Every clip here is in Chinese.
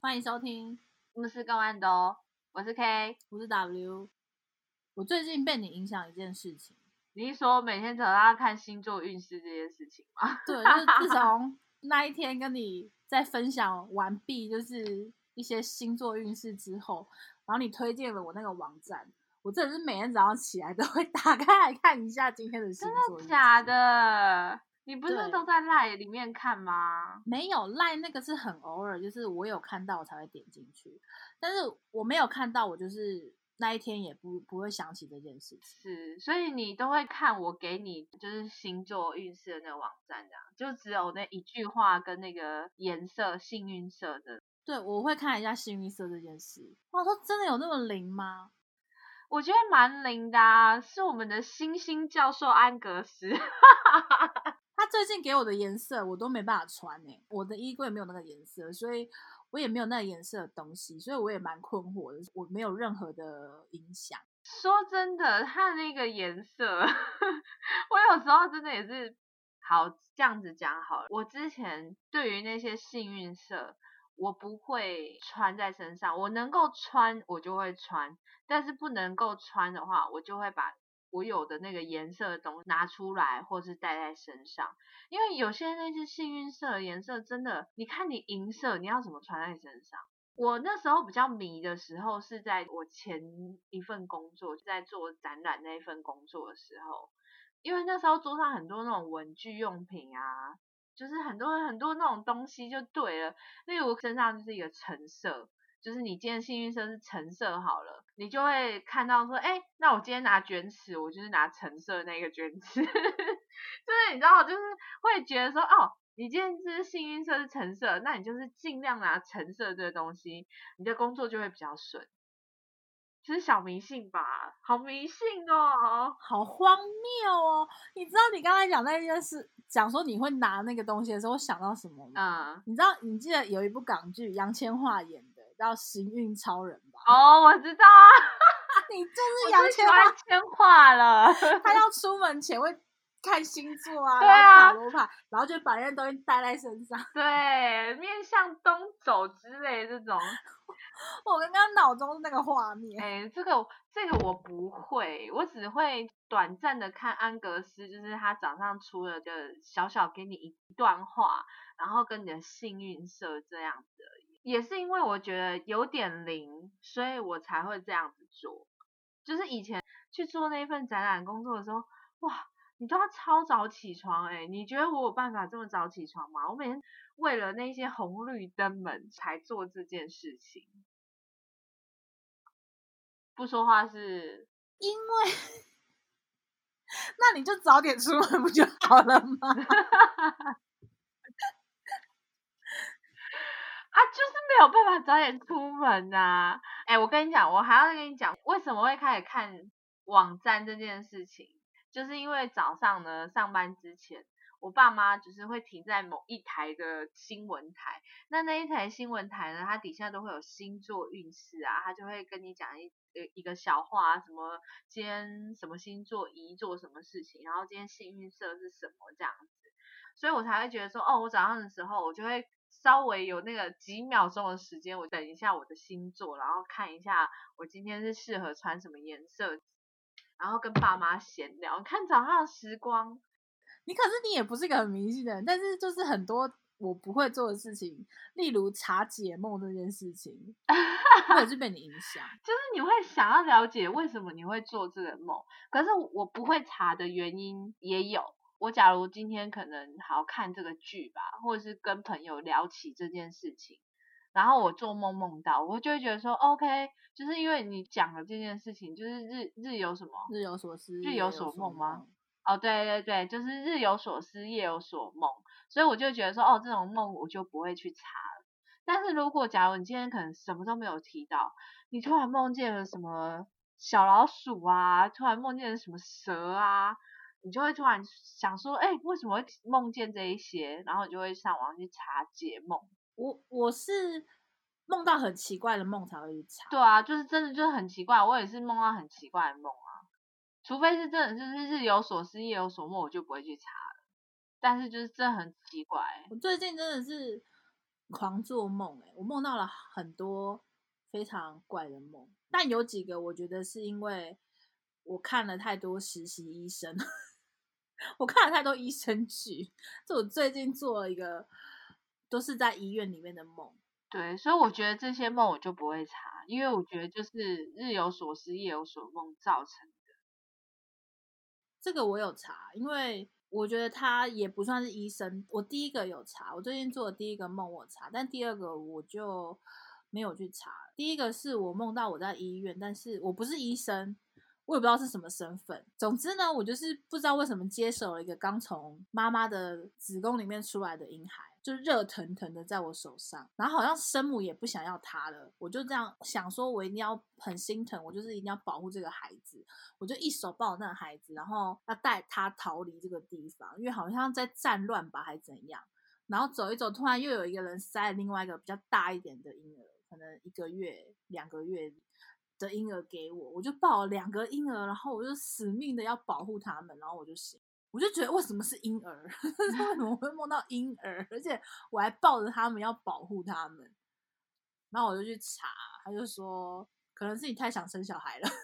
欢迎收听， 我们是高安的哦，我是 K。 我是 W。我最近被你影响一件事情， 你是说每天早上要看星座运势这件事情吗？ 对，就是自从那一天跟你在分享完毕，就是一些星座运势之后，然后你推荐了我那个网站，我真的是每天早上起来都会打开来看一下今天的星座运势。 真的假的？你不是对都在 LINE 里面看吗？ 没有赖那个是很偶尔，就是我有看到我才会点进去，但是我没有看到，我就是那一天也不会想起这件事情。 是，所以你都会看我给你就是星座运势的那个网站，这样就只有那一句话跟那个颜色幸运色的。 对，我会看一下幸运色这件事。哇，说真的有那么灵吗？ 我觉得蛮灵的啊，是我们的星星教授安格斯。 他最近给我的颜色我都没办法穿我的衣柜没有那个颜色，所以我也没有那个颜色的东西，所以我也蛮困惑的。我没有任何的影响。 说真的，它的那个颜色，我有时候真的也是好这样子讲好了。我之前对于那些幸运色，我不会穿在身上，我能够穿我就会穿，但是不能够穿的话，我就会把我有的那个颜色的东西拿出来，或是戴在身上。因为有些那些幸运色的颜色真的，你看你银色，你要怎么穿在身上？我那时候比较迷的时候是在我前一份工作，就在做展览那一份工作的时候，因为那时候桌上很多那种文具用品啊，就是很多那种东西就对了。例如身上就是一个橙色，就是你今天幸运色是橙色好了，你就会看到说，哎，那我今天拿卷尺，我就是拿橙色的那个卷尺，就是你知道，就是会觉得说，哦。你今天是幸运色是橙色，那你就是尽量拿橙色这个东西，你的工作就会比较顺。这是小迷信吧？好迷信哦！ 好荒谬哦！你知道你刚才讲那件事，讲说你会拿那个东西的时候，我想到什么吗？你知道，你记得有一部港剧杨千嬅演的叫《行运超人》吧？ 哦，我知道啊， 你就是我杨千嬅， 最喜欢千嬅了。 他要出门前会看星座啊， 对然后塔啊， 罗牌，然后就把那些东西带在身上。 对，面向东走之类这种。 我刚刚脑中那个画面， 哎，这个我不会，我只会短暂的看安格斯，就是他早上出了个小小给你一段话，然后跟你的幸运色这样子而已。也是因为我觉得有点灵，所以我才会这样子做。就是以前去做那份展览工作的时候，哇，你都要超早起床你觉得我有办法这么早起床吗？我每天为了那些红绿灯们才做这件事情。不说话是因为那你就早点出门不就好了吗？ 啊，就是没有办法早点出门呐、我跟你讲，我还要跟你讲为什么会开始看网站这件事情，就是因为早上呢上班之前，我爸妈就是会停在某一台的新闻台，那一台新闻台呢，它底下都会有星座运势啊，它就会跟你讲一个小话，什么今天什么星座宜做什么事情，然后今天幸运色是什么这样子，所以我才会觉得说，哦，我早上的时候我就会稍微有那个几秒钟的时间，我等一下我的星座，然后看一下我今天是适合穿什么颜色，然后跟爸妈闲聊，看早上的时光。 可是你也不是一个很迷信的人，但是就是很多我不会做的事情，例如查解梦这件事情，我也是被你影响。 就是你会想要了解为什么你会做这个梦，可是我不会查的原因也有。我假如今天可能好看这个剧吧，或者是跟朋友聊起这件事情，然后我做梦梦到，我就会觉得说 OK，就是因为你讲了这件事情，就是日有什么日有所思， 日有所夜有所梦吗？ 梦。 哦，对对对，就是日有所思，夜有所梦，所以我就觉得说，哦，这种梦我就不会去查了。但是如果假如你今天可能什么都没有提到，你突然梦见了什么小老鼠啊，突然梦见了什么蛇啊，你就会突然想说，哎，为什么会梦见这一些？然后你就会上网去查解梦。 我是梦到很奇怪的梦才会去查。 对啊，就是真的就是很奇怪，我也是梦到很奇怪的梦啊，除非是真的就是日有所思夜有所梦，我就不会去查了。但是就是真的很奇怪我最近真的是狂做梦我梦到了很多非常怪的梦，但有几个我觉得是因为我看了太多实习医生，我看了太多医生剧，就我最近做了一个都是在医院里面的梦。 对，所以我觉得这些梦我就不会查，因为我觉得就是日有所思夜有所梦造成的。 这个我有查，因为我觉得他也不算是医生。我第一个有查，我最近做的第一个梦我查，但第二个我就没有去查。第一个是我梦到我在医院，但是我不是医生，我也不知道是什么身份。总之呢，我就是不知道为什么接手了一个刚从妈妈的子宫里面出来的婴孩，就热腾腾的在我手上，然后好像生母也不想要他了，我就这样想说，我一定要很心疼，我就是一定要保护这个孩子，我就一手抱那个孩子，然后要带他逃离这个地方，因为好像在战乱吧，还怎样。然后走一走，突然又有一个人塞了另外一个比较大一点的婴儿，可能1个月、2个月的婴儿给我，我就抱了2个婴儿，然后我就死命的要保护他们，然后我就醒。我就觉得为什么是婴儿？为什么会梦到婴儿？而且我还抱着他们要保护他们。然后我就去查，他就说可能是你太想生小孩了。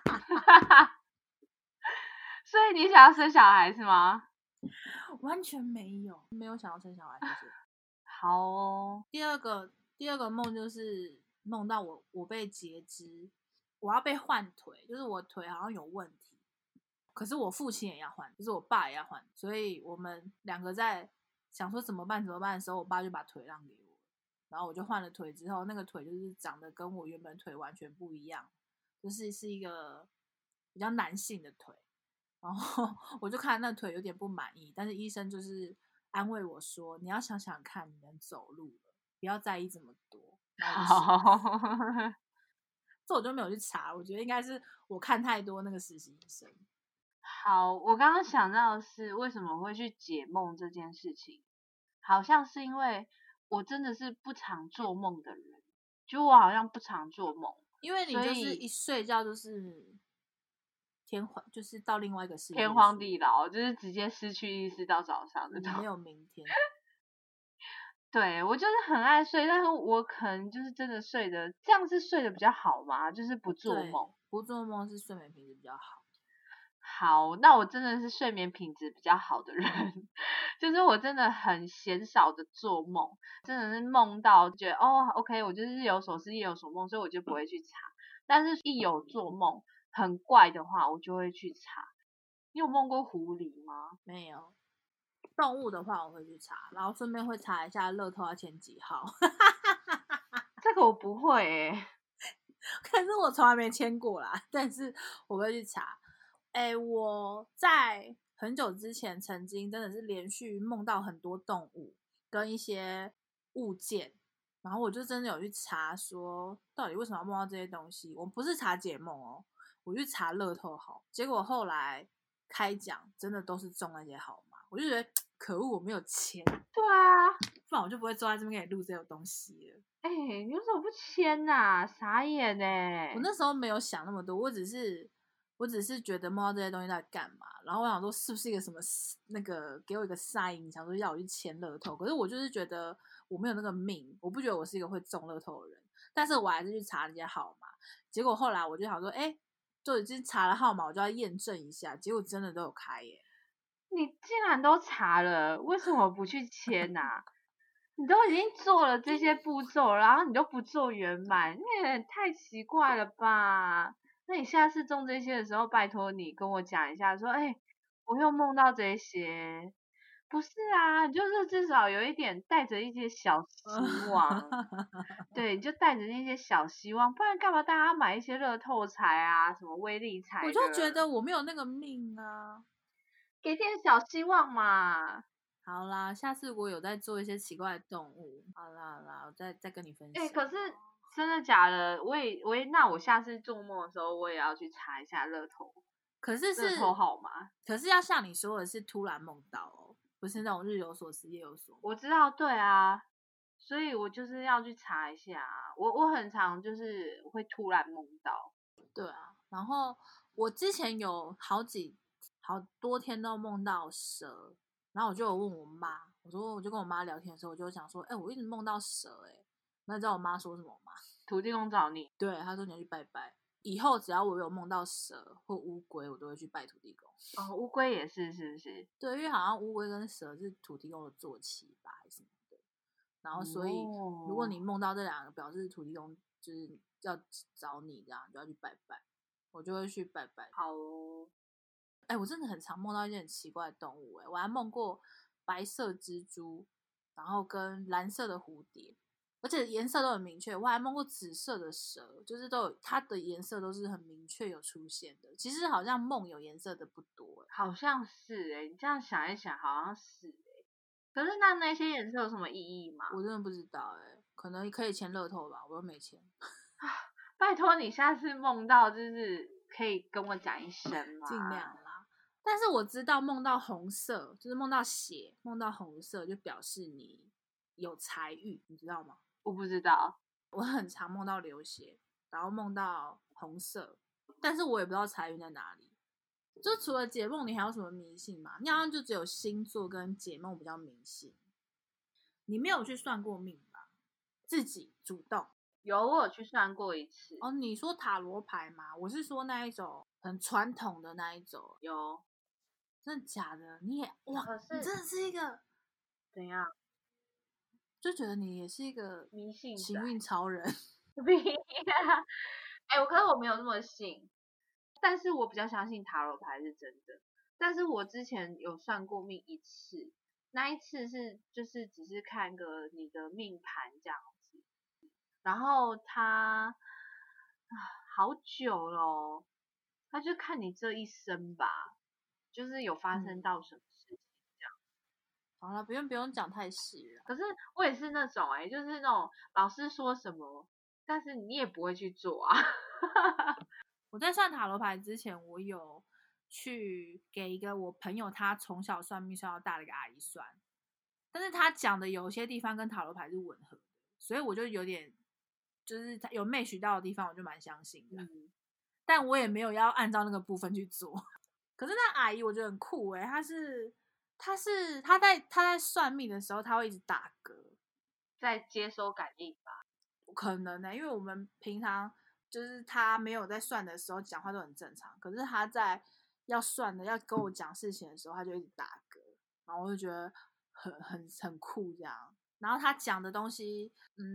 所以你想要生小孩是吗？ 完全没有想要生小孩，谢谢。 好哦。 第二个梦就是梦到我被截肢，我要被换腿，就是我腿好像有问题，可是我父亲也要换，就是我爸也要换，所以我们2个在想说怎么办的时候，我爸就把腿让给我，然后我就换了腿之后，那个腿就是长得跟我原本腿完全不一样，就是一个比较男性的腿，然后我就看那腿有点不满意，但是医生就是安慰我说，你要想想看，你能走路了，不要在意这么多。然后我就醒了。 好。 这我就没有去查，我觉得应该是我看太多那个实习医生。 好，我刚刚想到的是为什么会去解梦这件事情，好像是因为我真的是不常做梦的人，就我好像不常做梦， 因为你所就是一以睡觉就是就是到另外一个世界天荒地老，就是直接失去意识到早上那种。 没有明天。 对，我就是很爱睡，但是我可能就是真的睡的，这样是睡得比较好吗？就是不做对， 梦。 不做梦是睡眠品质比较好。 好，那我真的是睡眠品质比较好的人，就是我真的很鲜少的做梦，真的是梦到觉得哦，OK，我就是日有所思夜有所梦，所以我就不会去查。但是一有做梦很怪的话，我就会去查。你有梦过狐狸吗？ 没有。动物的话我会去查，然后顺便会查一下乐透要签几号。 这个我不会欸。 可是我从来没签过啦，但是我会去查。我在很久之前曾经真的是连续梦到很多动物跟一些物件，然后我就真的有去查说到底为什么要梦到这些东西。我不是查解梦哦，我去查乐透号，结果后来开奖真的都是中那些号码，我就觉得可恶，我没有签， 对啊。 不然我就不会坐在这边给你录这种东西了。 你为什么不签啊？傻眼我那时候没有想那么多，我只是觉得梦到这些东西在干嘛，然后我想说是不是一个什么那个给我一个 sign， 想说要我去签乐透，可是我就是觉得我没有那个命，我不觉得我是一个会中乐透的人，但是我还是去查那些号码，结果后来我就想说，就已经查了号码，我就要验证一下，结果真的都有开耶。 你竟然都查了，为什么不去签啊？你都已经做了这些步骤，然后你都不做圆满，那也太奇怪了吧？那你下次中这些的时候，拜托你跟我讲一下，说，我又梦到这些，不是啊，就是至少有一点带着一些小希望，对，就带着那些小希望，不然干嘛大家买一些乐透彩啊，什么威力彩我就觉的， 得我没有那个命啊。 给点小希望嘛。 好啦，下次如果有在做一些奇怪的动物，好啦好啦，我再跟你分享。 可是真的假的？那我下次做梦的时候，我也要去查一下乐透号码。 可是要像你说的是突然梦到哦，不是那种日有所思夜有所梦。 我知道，对啊，所以我就是要去查一下啊。我很常就是会突然梦到。 对啊，然后我之前有好多天都梦到蛇，然后我就有问我妈， 我就跟我妈聊天的时候，我就想说，我一直梦到蛇那你知道我妈说什么吗？ 土地公找你。 对，她说你要去拜拜，以后只要我有梦到蛇或乌龟，我都会去拜土地公。 哦，乌龟也是是不是？ 对，因为好像乌龟跟蛇是土地公的坐骑吧，还是什么的。然后所以如果你梦到这两个，表示土地公就是要找你，这样就要去拜拜，我就会去拜拜。 好哦。 我真的很常梦到一些很奇怪的动物我还梦过白色蜘蛛，然后跟蓝色的蝴蝶，而且颜色都很明确。我还梦过紫色的蛇，就是都有它的颜色都是很明确有出现的。其实好像梦有颜色的不多好像是你这样想一想好像是可是那些颜色有什么意义吗？ 我真的不知道可能可以签乐透吧，我又没钱。 拜托你下次梦到就是可以跟我讲一声吗？ 尽量啦。但是我知道梦到红色，就是梦到血，梦到红色就表示你有财运，你知道吗？ 我不知道。 我很常梦到流血，然后梦到红色，但是我也不知道财运在哪里。就除了解梦，你还有什么迷信吗？你好像就只有星座跟解梦比较迷信。你没有去算过命吧？自己主动？ 有，我有去算过一次。 哦，你说塔罗牌吗？我是说那一种很传统的那一种。 有。 真的假的？你也哇， 可是你真的是一个怎样？ 就觉得你也是一个迷信行运超人。 可是我没有那么信，但是我比较相信塔罗牌是真的。但是我之前有算过命一次，那一次是就是只是看个你的命盘这样子，然后他好久咯，他就看你这一生吧，就是有发生到什么事情这样。 好了，不用讲太细了。 可是我也是那种就是那种老师说什么，但是你也不会去做啊。 我在算塔罗牌之前，我有去给一个我朋友，他从小算命算到大的一个阿姨算，但是他讲的有些地方跟塔罗牌是吻合的，所以我就有点就是有match到的地方，我就蛮相信的。但我也没有要按照那个部分去做。可是那阿姨我觉得很酷她在算命的时候，她会一直打嗝， 在接收感应吧。 可能因为我们平常就是她没有在算的时候讲话都很正常，可是她在要算的要跟我讲事情的时候，她就一直打嗝，然后我就觉得很酷这样。然后她讲的东西，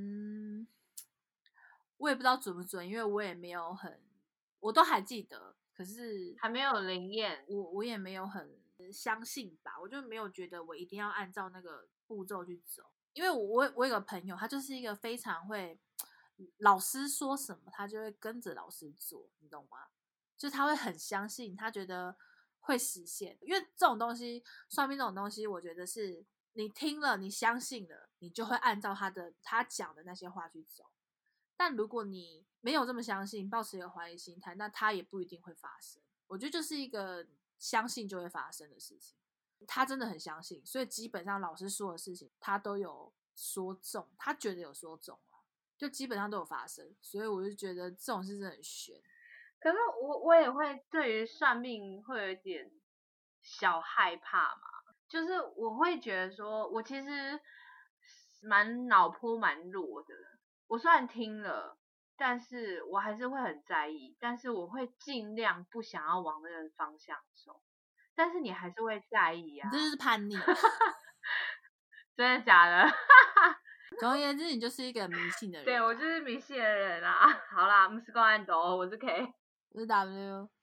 我也不知道准不准，因为我也没有我都还记得，可是还没有灵验， 我也没有很相信吧，我就没有觉得我一定要按照那个步骤去走。因为我有个朋友，他就是一个非常会老师说什么他就会跟着老师做，你懂吗？就他会很相信，他觉得会实现。因为这种东西，算命这种东西，我觉得是你听了你相信了，你就会按照他讲的那些话去走。但如果你没有这么相信，抱持一个怀疑心态，那它也不一定会发生。我觉得就是一个相信就会发生的事情。他真的很相信，所以基本上老师说的事情他都有说中，他觉得有说中啊，就基本上都有发生。所以我就觉得这种事真的很悬。 可是我也会对于算命会有点小害怕嘛，就是我会觉得说我其实脑波蛮弱的，我虽然听了，但是我还是会很在意，但是我会尽量不想要往那个方向走，但是你还是会在意啊。 你这就是叛逆。 真的假的？ 总而言之，你就是一个迷信的人。 对，我就是迷信的人啊。好啦，不是公安斗，我是 K， 我是 W。